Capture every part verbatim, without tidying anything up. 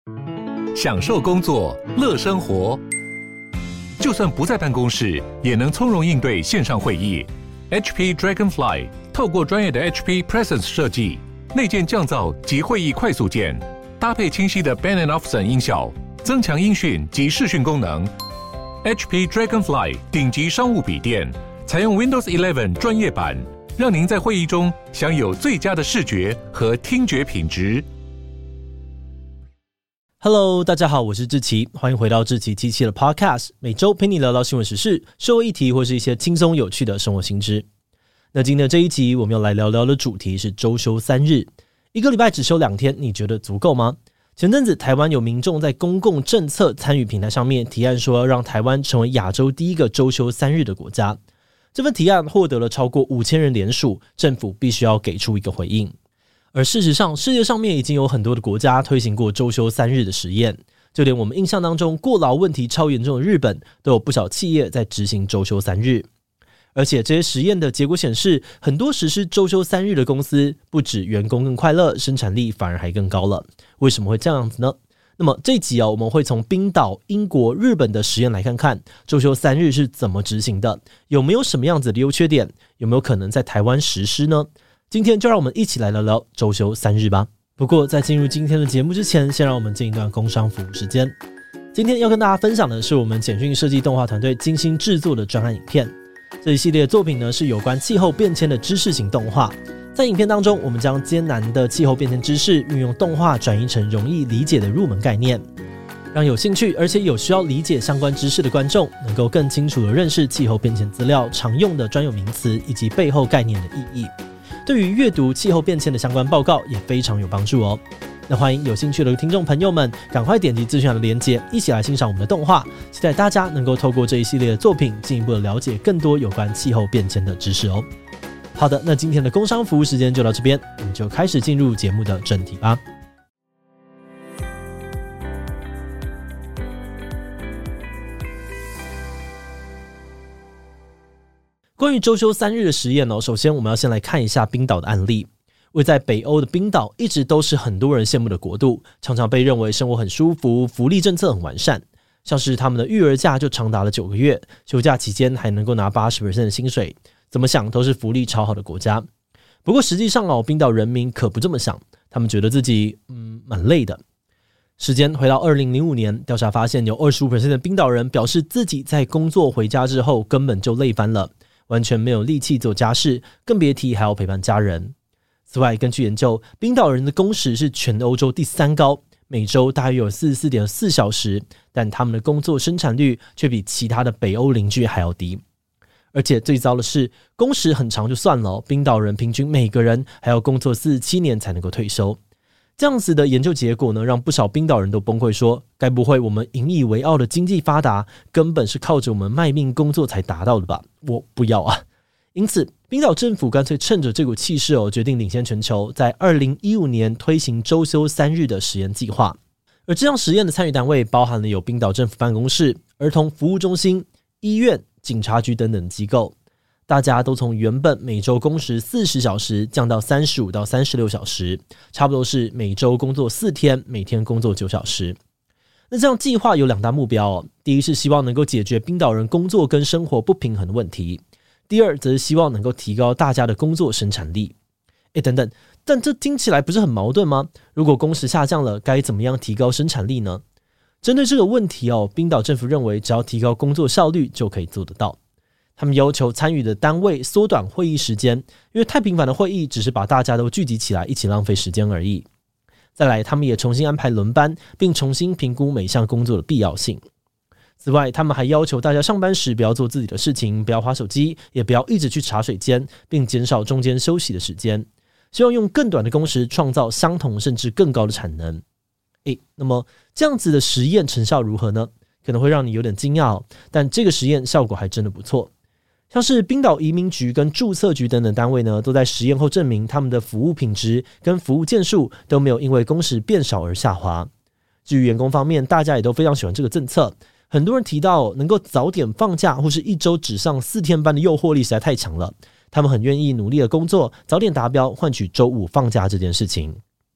享受工作，乐生活。就算不在办公室，也能从容应对线上会议。H P Dragonfly 透过专业的 H P Presence 设计，内建降噪及会议快速键，搭配清晰的 Bang and Olufsen 音效，增强音讯及视讯功能。H P Dragonfly 顶级商务笔电，采用 Windows 十一专业版，让您在会议中享有最佳的视觉和听觉品质。 Hello， 大家好，我是志祺，欢迎回到志祺七七的 Podcast， 每周陪你聊聊新闻时事、社会议题或是一些轻松有趣的生活新知。那今天的这一集，我们要来聊聊的主题是周休三日。一个礼拜只休两天，你觉得足够吗？前阵子，台湾有民众在公共政策参与平台上面提案说，要让台湾成为亚洲第一个周休三日的国家。这份提案获得了超过五千人联署，政府必须要给出一个回应。而事实上，世界上面已经有很多的国家推行过周休三日的实验，就连我们印象当中过劳问题超严重的日本，都有不少企业在执行周休三日。而且这些实验的结果显示，很多实施周休三日的公司，不止员工更快乐，生产力反而还更高了。为什么会这样子呢？那么这一集啊，我们会从冰岛、英国、日本的实验来看看周休三日是怎么执行的，有没有什么样子的优缺点，有没有可能在台湾实施呢？今天就让我们一起来聊聊周休三日吧。不过在进入今天的节目之前，先让我们进一段工商服务时间。今天要跟大家分享的是我们简讯设计动画团队精心制作的专案影片。这一系列的作品呢，是有关气候变迁的知识型动画。在影片当中，我们将艰难的气候变迁知识运用动画转移成容易理解的入门概念，让有兴趣而且有需要理解相关知识的观众能够更清楚地认识气候变迁资料常用的专有名词以及背后概念的意义。对于阅读气候变迁的相关报告也非常有帮助哦。那欢迎有兴趣的听众朋友们赶快点击资讯栏的连结，一起来欣赏我们的动画，期待大家能够透过这一系列的作品进一步的了解更多有关气候变迁的知识哦。好的，那今天的工商服务时间就到这边，我们就开始进入节目的正题吧。关于周休三日的实验、哦、首先我们要先来看一下冰岛的案例。位在北欧的冰岛一直都是很多人羡慕的国度，常常被认为生活很舒服，福利政策很完善，像是他们的育儿假就长达了九个月，休假期间还能够拿 百分之八十 的薪水，怎么想都是福利超好的国家。不过实际上、哦、冰岛人民可不这么想，他们觉得自己嗯蛮累的。时间回到二零零五年，调查发现有 百分之二十五 的冰岛人表示自己在工作回家之后根本就累翻了，完全没有力气做家事，更别提还要陪伴家人。此外，根据研究，冰岛人的工时是全欧洲第三高，每周大约有 四十四点四小时，但他们的工作生产率却比其他的北欧邻居还要低。而且最糟的是，工时很长就算了，冰岛人平均每个人还要工作四十七年才能够退休。这样子的研究结果呢，让不少冰岛人都崩溃说，该不会我们引以为傲的经济发达根本是靠着我们卖命工作才达到的吧？我不要啊！因此冰岛政府干脆趁着这股气势、哦、决定领先全球，在二零一五年推行周休三日的实验计划。而这项实验的参与单位包含了有冰岛政府办公室、儿童服务中心、医院、警察局等等机构，大家都从原本每周工时四十小时降到三十五到三十六小时，差不多是每周工作四天，每天工作九小时。那这样计划有两大目标、哦、第一是希望能够解决冰岛人工作跟生活不平衡的问题，第二则是希望能够提高大家的工作生产力。诶，等等，但这听起来不是很矛盾吗？如果工时下降了，该怎么样提高生产力呢？针对这个问题、哦、冰岛政府认为只要提高工作效率就可以做得到。他们要求参与的单位缩短会议时间，因为太频繁的会议只是把大家都聚集起来一起浪费时间而已。再来，他们也重新安排轮班，并重新评估每项工作的必要性。此外，他们还要求大家上班时不要做自己的事情，不要滑手机，也不要一直去茶水间，并减少中间休息的时间，希望用更短的工时创造相同甚至更高的产能。诶，那么这样子的实验成效如何呢？可能会让你有点惊讶、哦、但这个实验效果还真的不错。像是冰岛移民局跟注册局等等单位呢，都在实验后证明他们的服务品质跟服务件数都没有因为工时变少而下滑。至于员工方面，大家也都非常喜欢这个政策。很多人提到能够早点放假或是一周只上四天班的诱惑力实在太强了，他们很愿意努力的工作，早点达标，换取周五放假这件事情。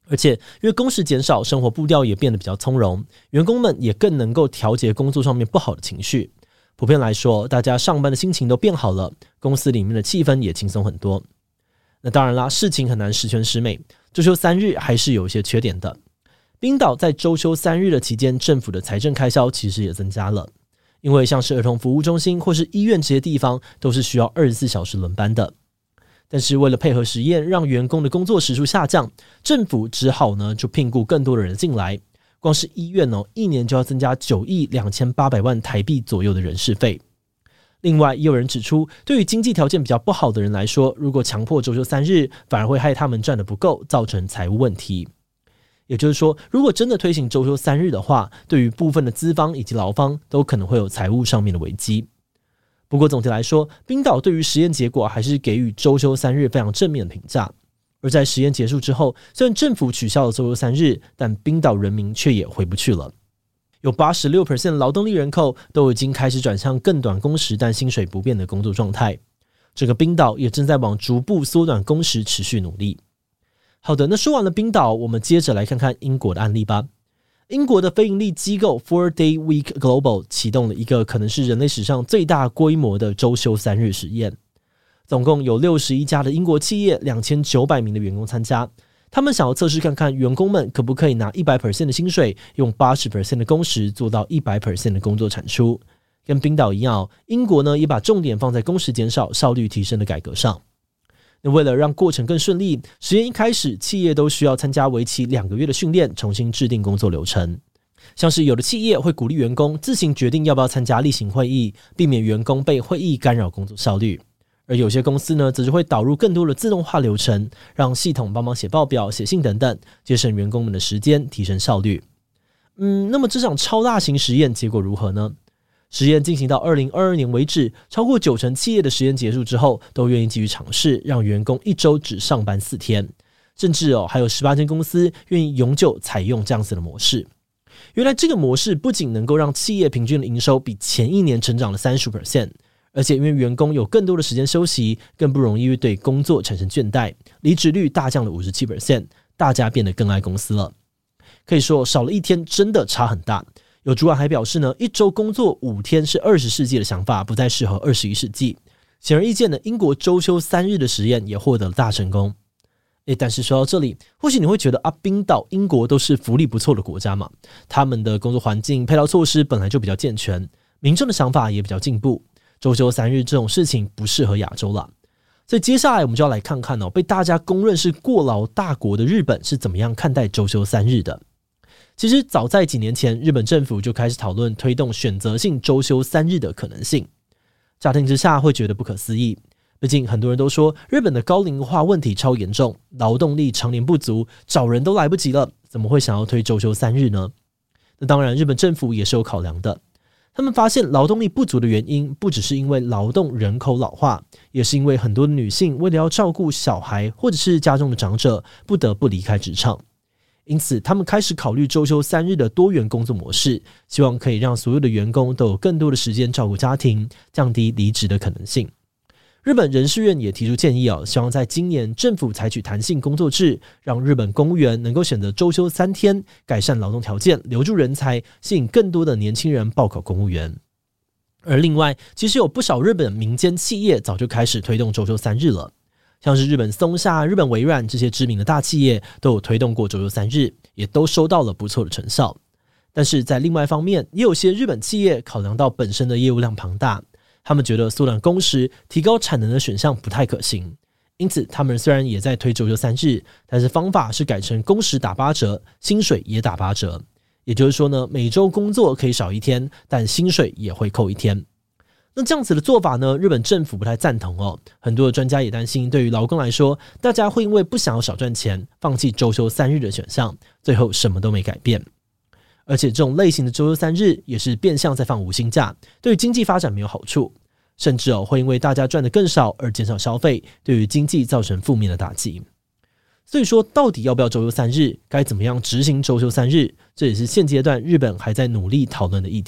而且因为工时减少，生活步调也变得比较从容，员工们也更能够调节工作上面不好的情绪。普遍来说，大家上班的心情都变好了，公司里面的气氛也轻松很多。那当然啦，事情很难十全十美，周休三日还是有一些缺点的。冰岛在周休三日的期间，政府的财政开销其实也增加了，因为像是儿童服务中心或是医院这些地方都是需要二十四小时轮班的。但是为了配合实验，让员工的工作时数下降，政府只好呢就聘雇更多的人进来。光是医院哦，一年就要增加九亿两千八百万台币左右的人事费。另外，也有人指出，对于经济条件比较不好的人来说，如果强迫周休三日，反而会害他们赚得不够，造成财务问题。也就是说，如果真的推行周休三日的话，对于部分的资方以及劳方都可能会有财务上面的危机。不过总体来说，冰岛对于实验结果还是给予周休三日非常正面的评价。而在实验结束之后，虽然政府取消了周休三日，但冰岛人民却也回不去了。有 百分之八十六 的劳动力人口都已经开始转向更短工时但薪水不变的工作状态。整个冰岛也正在往逐步缩短工时持续努力。好的，那说完了冰岛，我们接着来看看英国的案例吧。英国的非营利机构 Four Day Week Global 启动了一个可能是人类史上最大规模的周休三日实验。总共有六十一家的英国企业，两千九百名的员工参加。他们想要测试看看员工们可不可以拿 百分之百 的薪水，用 百分之八十 的工时做到 百分之百 的工作产出。跟冰岛一样，英国呢也把重点放在工时减少、效率提升的改革上。那为了让过程更顺利，实验一开始，企业都需要参加为期两个月的训练，重新制定工作流程。像是有的企业会鼓励员工自行决定要不要参加例行会议，避免员工被会议干扰工作效率。而有些公司呢，则是会导入更多的自动化流程，让系统帮忙写报表、写信等等，节省员工们的时间，提升效率。嗯，那么这场超大型实验结果如何呢？实验进行到二零二二年为止，超过九成企业的实验结束之后，都愿意继续尝试，让员工一周只上班四天，甚至哦，还有十八间公司愿意永久采用这样子的模式。原来这个模式不仅能够让企业平均的营收比前一年成长了 百分之三十，而且因为员工有更多的时间休息，更不容易对工作产生倦怠，离职率大降了 百分之五十七， 大家变得更爱公司了。可以说少了一天真的差很大。有主管还表示呢，一周工作五天是二十世纪的想法，不再适合二十一世纪。显而易见的，英国周休三日的实验也获得了大成功。诶，但是说到这里，或许你会觉得啊，冰岛、英国都是福利不错的国家嘛，他们的工作环境、配套措施本来就比较健全，民众的想法也比较进步，周休三日这种事情不适合亚洲啦。所以接下来我们就要来看看哦，被大家公认是过劳大国的日本是怎么样看待周休三日的。其实早在几年前，日本政府就开始讨论推动选择性周休三日的可能性。乍听之下会觉得不可思议，毕竟很多人都说日本的高龄化问题超严重，劳动力常年不足，找人都来不及了，怎么会想要推周休三日呢？那当然，日本政府也是有考量的。他们发现劳动力不足的原因，不只是因为劳动人口老化，也是因为很多的女性为了要照顾小孩或者是家中的长者，不得不离开职场。因此，他们开始考虑周休三日的多元工作模式，希望可以让所有的员工都有更多的时间照顾家庭，降低离职的可能性。日本人事院也提出建议哦，希望在今年政府采取弹性工作制，让日本公务员能够选择周休三天，改善劳动条件，留住人才，吸引更多的年轻人报考公务员。而另外，其实有不少日本民间企业早就开始推动周休三日了。像是日本松下、日本微软这些知名的大企业都有推动过周休三日，也都收到了不错的成效。但是在另外一方面，也有些日本企业考量到本身的业务量庞大，他们觉得缩短工时、提高产能的选项不太可行。因此，他们虽然也在推周休三日，但是方法是改成工时打八折，薪水也打八折。也就是说呢，每周工作可以少一天，但薪水也会扣一天。那这样子的做法呢，日本政府不太赞同哦。很多的专家也担心，对于劳工来说，大家会因为不想要少赚钱，放弃周休三日的选项，最后什么都没改变。而且这种类型的周休三日也是变相在放无薪假，对于经济发展没有好处，甚至哦会因为大家赚得更少而减少消费，对于经济造成负面的打击。所以说，到底要不要周休三日，该怎么样执行周休三日，这也是现阶段日本还在努力讨论的议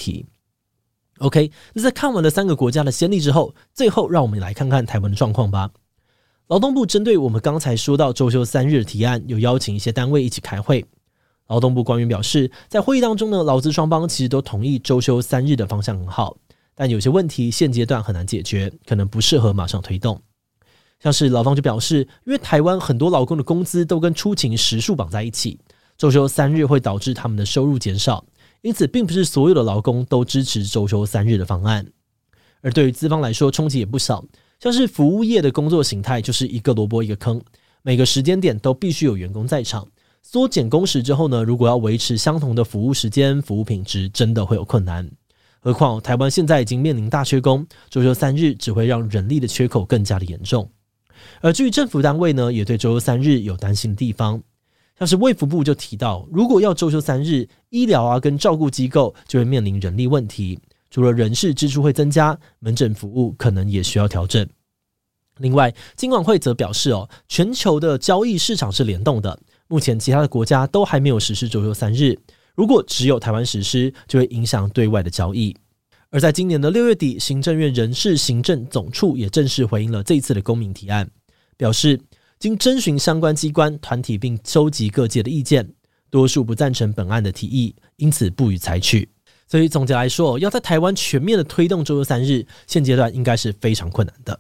题。OK， 那在看完了三个国家的先例之后，最后让我们来看看台湾的状况吧。 劳动部针对我们刚才说到周休三日的提案，有邀请一些单位一起开会。劳动部官员表示，在会议当中呢，劳资双方其实都同意周休三日的方向很好，但有些问题现阶段很难解决，可能不适合马上推动。像是劳方就表示，因为台湾很多劳工的工资都跟出勤时数绑在一起，周休三日会导致他们的收入减少，因此并不是所有的劳工都支持周休三日的方案。而对于资方来说，冲击也不小，像是服务业的工作形态就是一个萝卜一个坑，每个时间点都必须有员工在场，缩减工时之后呢，如果要维持相同的服务时间、服务品质，真的会有困难。何况台湾现在已经面临大缺工，周休三日只会让人力的缺口更加的严重。而至于政府单位呢，也对周休三日有担心的地方，像是卫福部就提到，如果要周休三日，医疗啊跟照顾机构就会面临人力问题，除了人事支出会增加，门诊服务可能也需要调整。另外，金管会则表示哦，全球的交易市场是联动的，目前其他的国家都还没有实施周休三日，如果只有台湾实施，就会影响对外的交易。而在今年的六月底，行政院人事行政总处也正式回应了这一次的公民提案，表示经征询相关机关团体并收集各界的意见，多数不赞成本案的提议，因此不予采取。所以总结来说，要在台湾全面的推动周休三日，现阶段应该是非常困难的。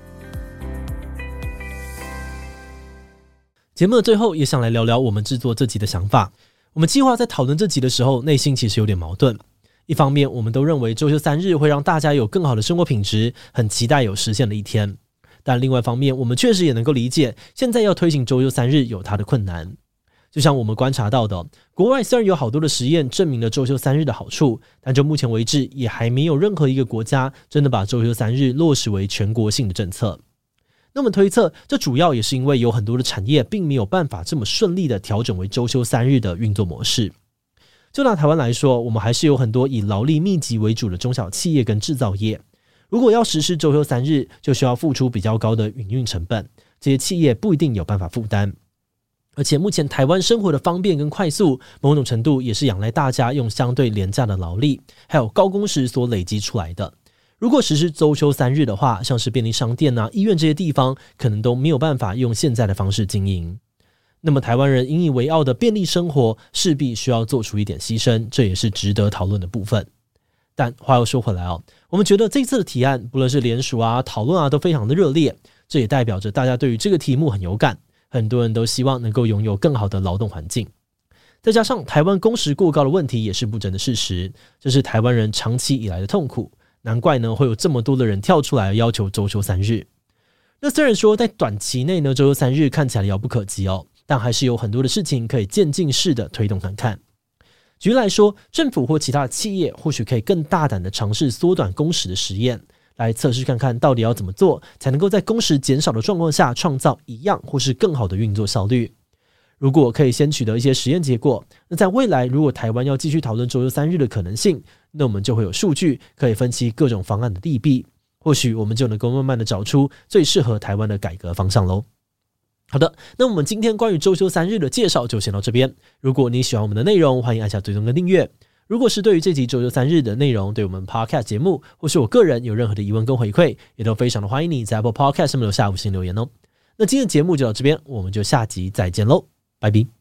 节目的最后也想来聊聊我们制作这集的想法。我们计划在讨论这集的时候，内心其实有点矛盾。一方面，我们都认为周休三日会让大家有更好的生活品质，很期待有实现的一天。但另外一方面，我们确实也能够理解，现在要推行周休三日有它的困难。就像我们观察到的，国外虽然有好多的实验证明了周休三日的好处，但就目前为止，也还没有任何一个国家真的把周休三日落实为全国性的政策。那么推测，这主要也是因为有很多的产业并没有办法这么顺利的调整为周休三日的运作模式。就拿台湾来说，我们还是有很多以劳力密集为主的中小企业跟制造业，如果要实施周休三日，就需要付出比较高的营运成本，这些企业不一定有办法负担。而且目前台湾生活的方便跟快速，某种程度也是仰赖大家用相对廉价的劳力还有高工时所累积出来的。如果实施周休三日的话，像是便利商店啊、医院这些地方，可能都没有办法用现在的方式经营。那么台湾人引以为傲的便利生活，势必需要做出一点牺牲，这也是值得讨论的部分。但话又说回来哦，我们觉得这次的提案，不论是联署啊、讨论啊，都非常的热烈，这也代表着大家对于这个题目很有感，很多人都希望能够拥有更好的劳动环境。再加上台湾工时过高的问题也是不争的事实，这是台湾人长期以来的痛苦，难怪呢会有这么多的人跳出来要求周休三日。那虽然说在短期内呢，周休三日看起来遥不可及哦，但还是有很多的事情可以渐进式的推动看看。举例来说，政府或其他的企业或许可以更大胆的尝试缩短工时的实验，来测试看看到底要怎么做才能够在工时减少的状况下创造一样或是更好的运作效率。如果可以先取得一些实验结果，那在未来如果台湾要继续讨论周休三日的可能性，那我们就会有数据可以分析各种方案的利弊，或许我们就能够慢慢的找出最适合台湾的改革方向咯。好的，那我们今天关于周休三日的介绍就先到这边。如果你喜欢我们的内容，欢迎按下追踪跟订阅。如果是对于这集周休三日的内容，对我们 Podcast 节目或是我个人有任何的疑问跟回馈，也都非常的欢迎你在 Apple Podcast 上面留下五星留言哦。那今天的节目就到这边，我们就下集再见喽，拜拜。